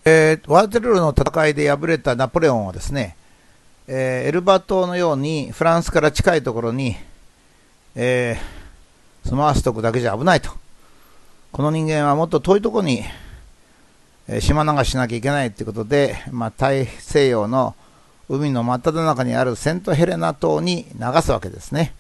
ワーテルロの戦いで敗れたナポレオンはですね、エルバ島のようにフランスから近いところに、住まわせておくだけじゃ危ないと。この人間はもっと遠いところに、島流しなきゃいけないということで、大西洋の海の真っ只中にあるセントヘレナ島に流すわけですね。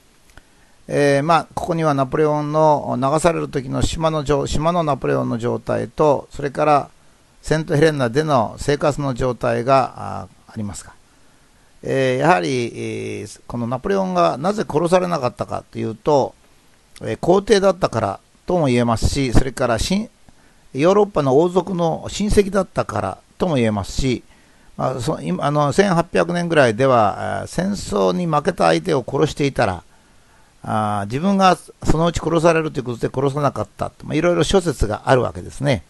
ここにはナポレオンの流される時の島のナポレオンの状態と、それからセントヘレナでの生活の状態がありますが、やはり、このナポレオンがなぜ殺されなかったかというと、皇帝だったからとも言えますし、それからヨーロッパの王族の親戚だったからとも言えますし、1800年ぐらいでは戦争に負けた相手を殺していたら、自分がそのうち殺されるということで殺さなかったと、いろいろ諸説があるわけですね。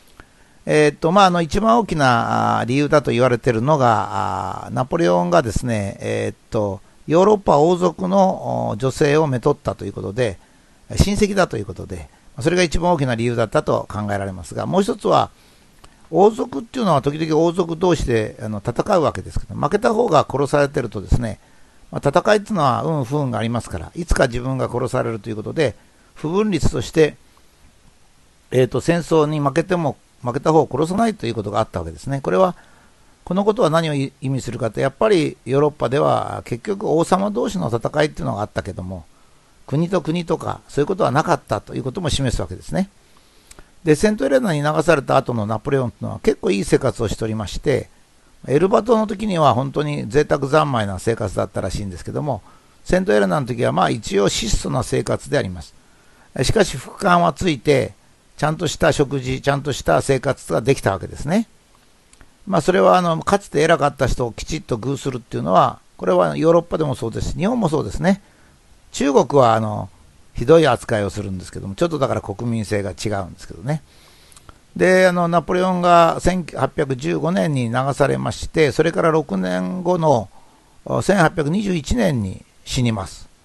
一番大きな理由だと言われているのが、ナポレオンがですね、ヨーロッパ王族の女性をめとったということで、親戚だということで、それが一番大きな理由だったと考えられますが、もう一つは、王族っていうのは時々王族同士で戦うわけですけど、負けた方が殺されてるとですね、戦いっていうのは運不運がありますから、いつか自分が殺されるということで、不分律として、戦争に負けた方を殺さないということがあったわけですね。このことは何を意味するかと、やっぱりヨーロッパでは結局王様同士の戦いっていうのがあったけども、国と国とかそういうことはなかったということも示すわけですね。で、セントヘレナに流された後のナポレオンというのは結構いい生活をしておりまして、エルバ島の時には本当に贅沢三昧な生活だったらしいんですけども、セントヘレナの時は一応質素な生活であります。しかし副官はついて、ちゃんとした食事、ちゃんとした生活ができたわけですね。それはかつて偉かった人をきちっと遇するっていうのは、これはヨーロッパでもそうですし、日本もそうですね。中国はひどい扱いをするんですけども、ちょっとだから国民性が違うんですけどね。で、ナポレオンが1815年に流されまして、それから6年後の1821年に死にます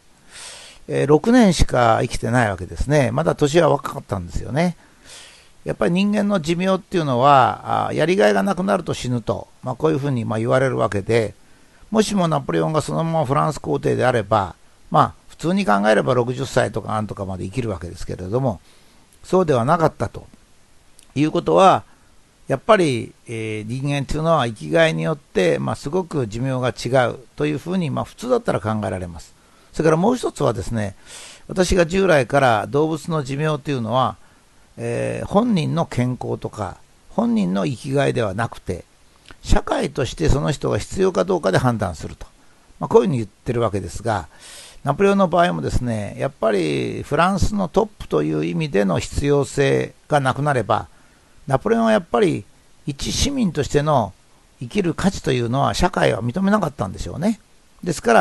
。6年しか生きてないわけですね。まだ年は若かったんですよね。やっぱり人間の寿命っていうのは、やりがいがなくなると死ぬと、こういうふうに言われるわけで、もしもナポレオンがそのままフランス皇帝であれば、普通に考えれば60歳とかなんとかまで生きるわけですけれども、そうではなかったということは、やっぱり、人間というのは生きがいによって、すごく寿命が違うというふうに、普通だったら考えられます。それからもう一つはですね、私が従来から動物の寿命というのは、本人の健康とか本人の生きがいではなくて、社会としてその人が必要かどうかで判断すると、こういうふうに言ってるわけですが、ナポレオンの場合もですね、やっぱりフランスのトップという意味での必要性がなくなれば、ナポレオンはやっぱり一市民としての生きる価値というのは社会は認めなかったんでしょうね。ですから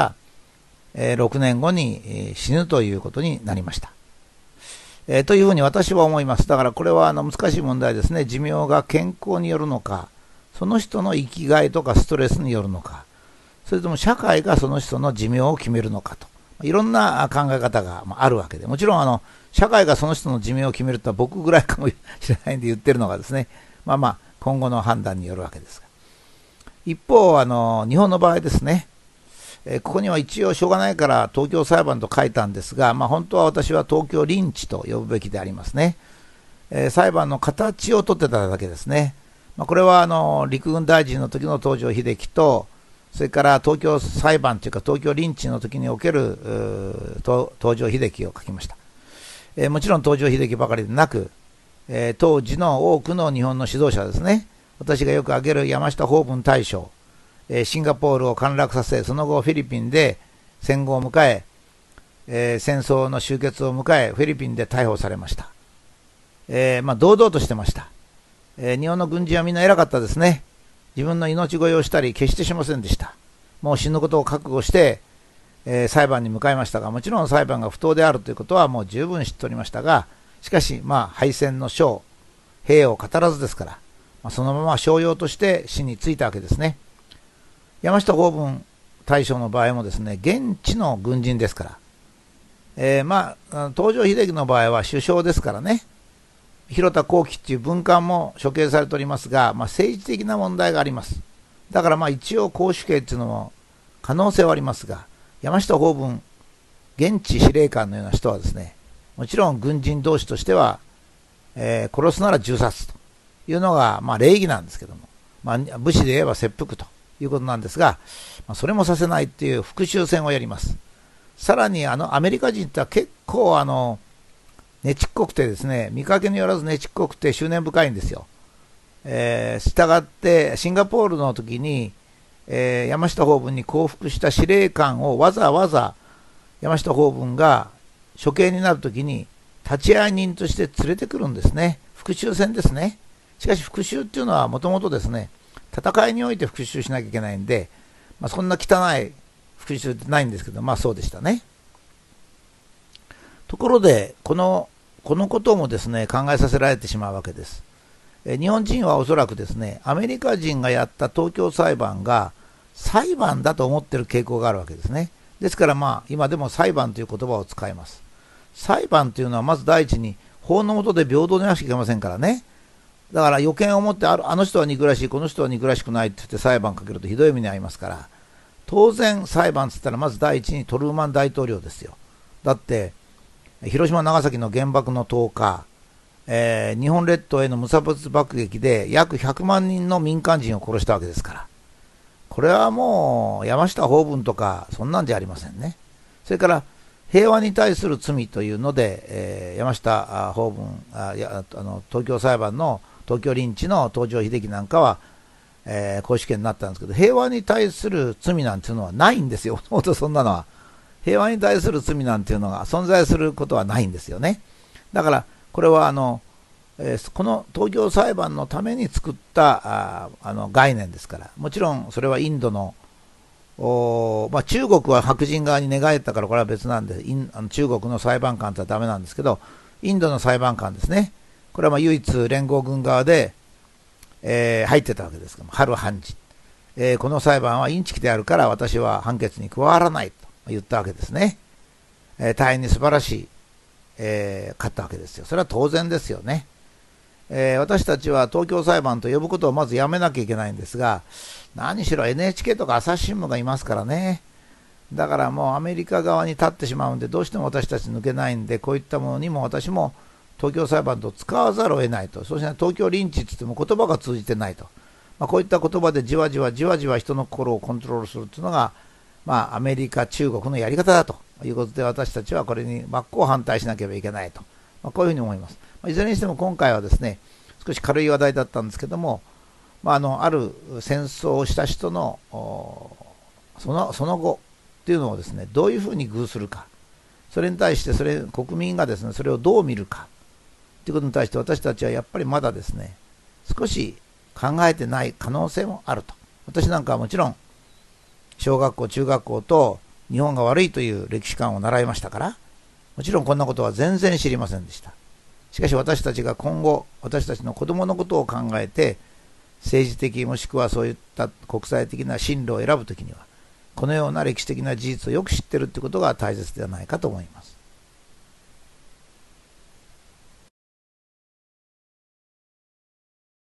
、6年後に死ぬということになりました。というふうに私は思います。だからこれは難しい問題ですね。寿命が健康によるのか、その人の生きがいとかストレスによるのか、それとも社会がその人の寿命を決めるのかと、いろんな考え方があるわけで、もちろん社会がその人の寿命を決めるとは僕ぐらいかもしれないんで言ってるのがですね、今後の判断によるわけですが、一方日本の場合ですね、ここには一応しょうがないから東京裁判と書いたんですが、本当は私は東京リンチと呼ぶべきでありますね。裁判の形を取ってただけですね。これは陸軍大臣の時の東条英機と、それから東京裁判というか東京リンチの時における東条英機を書きました。もちろん東条英機ばかりでなく、当時の多くの日本の指導者ですね。私がよく挙げる山下法文大将、シンガポールを陥落させ、その後フィリピンで戦後を迎え、戦争の終結を迎え、フィリピンで逮捕されました。堂々としてました。日本の軍人はみんな偉かったですね。自分の命乞いをしたり決してしませんでした。もう死ぬことを覚悟して、裁判に向かいましたが、もちろん裁判が不当であるということはもう十分知っておりましたが、しかし敗戦の将、兵を語らずですから、そのまま商用として死に就いたわけですね。山下法文大将の場合もですね、現地の軍人ですから、東条英機の場合は首相ですからね、 広田光輝っていう文官も処刑されておりますが、政治的な問題があります。だから一応公主刑っていうのも可能性はありますが、山下法文現地司令官のような人はですね、もちろん軍人同士としては、殺すなら銃殺というのが礼儀なんですけども、武士で言えば切腹ということなんですが、それもさせないっていう復讐戦をやります。さらにアメリカ人って結構ねちっこくてですね、見かけによらずねちっこくて執念深いんですよ。したってシンガポールの時に、山下法文に降伏した司令官をわざわざ山下法文が処刑になる時に立会人として連れてくるんですね。復讐戦ですね。しかし復讐っていうのはもともとですね、戦いにおいて復讐しなきゃいけないんで、そんな汚い復讐ってないんですけど、そうでしたね。ところでこのこともですね、考えさせられてしまうわけです。日本人はおそらくですね、アメリカ人がやった東京裁判が裁判だと思っている傾向があるわけですね。ですから今でも裁判という言葉を使います。裁判というのはまず第一に法の下で平等でなくちゃいけませんからね。だから予見を持ってあの人は憎らしい、この人は憎らしくないって言って裁判かけるとひどい目に遭いますから、当然裁判って言ったらまず第一にトルーマン大統領ですよ。だって広島長崎の原爆の投下、日本列島への無差別爆撃で約100万人の民間人を殺したわけですから、これはもう山下法文とかそんなんじゃありませんね。それから平和に対する罪というので、山下法文東京裁判の東京リンチの東条英機なんかは、公主権になったんですけど、平和に対する罪なんていうのはないんですよ。もとそんなのは平和に対する罪なんていうのが存在することはないんですよね。だからこれはこの東京裁判のために作った概念ですから、もちろんそれはインドの中国は白人側に寝返ったからこれは別なんで、中国の裁判官とはダメなんですけど、インドの裁判官ですね、これは唯一連合軍側で、入ってたわけですが、ハル判事、この裁判はインチキであるから私は判決に加わらないと言ったわけですね。大変に素晴らしい、勝ったわけですよ。それは当然ですよね。私たちは東京裁判と呼ぶことをまずやめなきゃいけないんですが、何しろ NHK とか朝日新聞がいますからね。だからもうアメリカ側に立ってしまうんで、どうしても私たち抜けないんで、こういったものにも私も東京裁判と使わざるを得ないと。そうしないと東京リンチって言っても言葉が通じてないと。こういった言葉でじわじわ人の心をコントロールするっていうのが、アメリカ、中国のやり方だということで、私たちはこれに真っ向反対しなければいけないと。こういうふうに思います。いずれにしても今回はですね、少し軽い話題だったんですけども、ある戦争をした人のその後っていうのをですね、どういうふうに遇するか、それに対して国民がですね、それをどう見るかということに対して私たちはやっぱりまだですね、少し考えてない可能性もあると。私なんかはもちろん小学校中学校と日本が悪いという歴史観を習いましたから、もちろんこんなことは全然知りませんでした。しかし私たちが今後、私たちの子供のことを考えて、政治的もしくはそういった国際的な進路を選ぶときには、このような歴史的な事実をよく知っているということが大切ではないかと思います。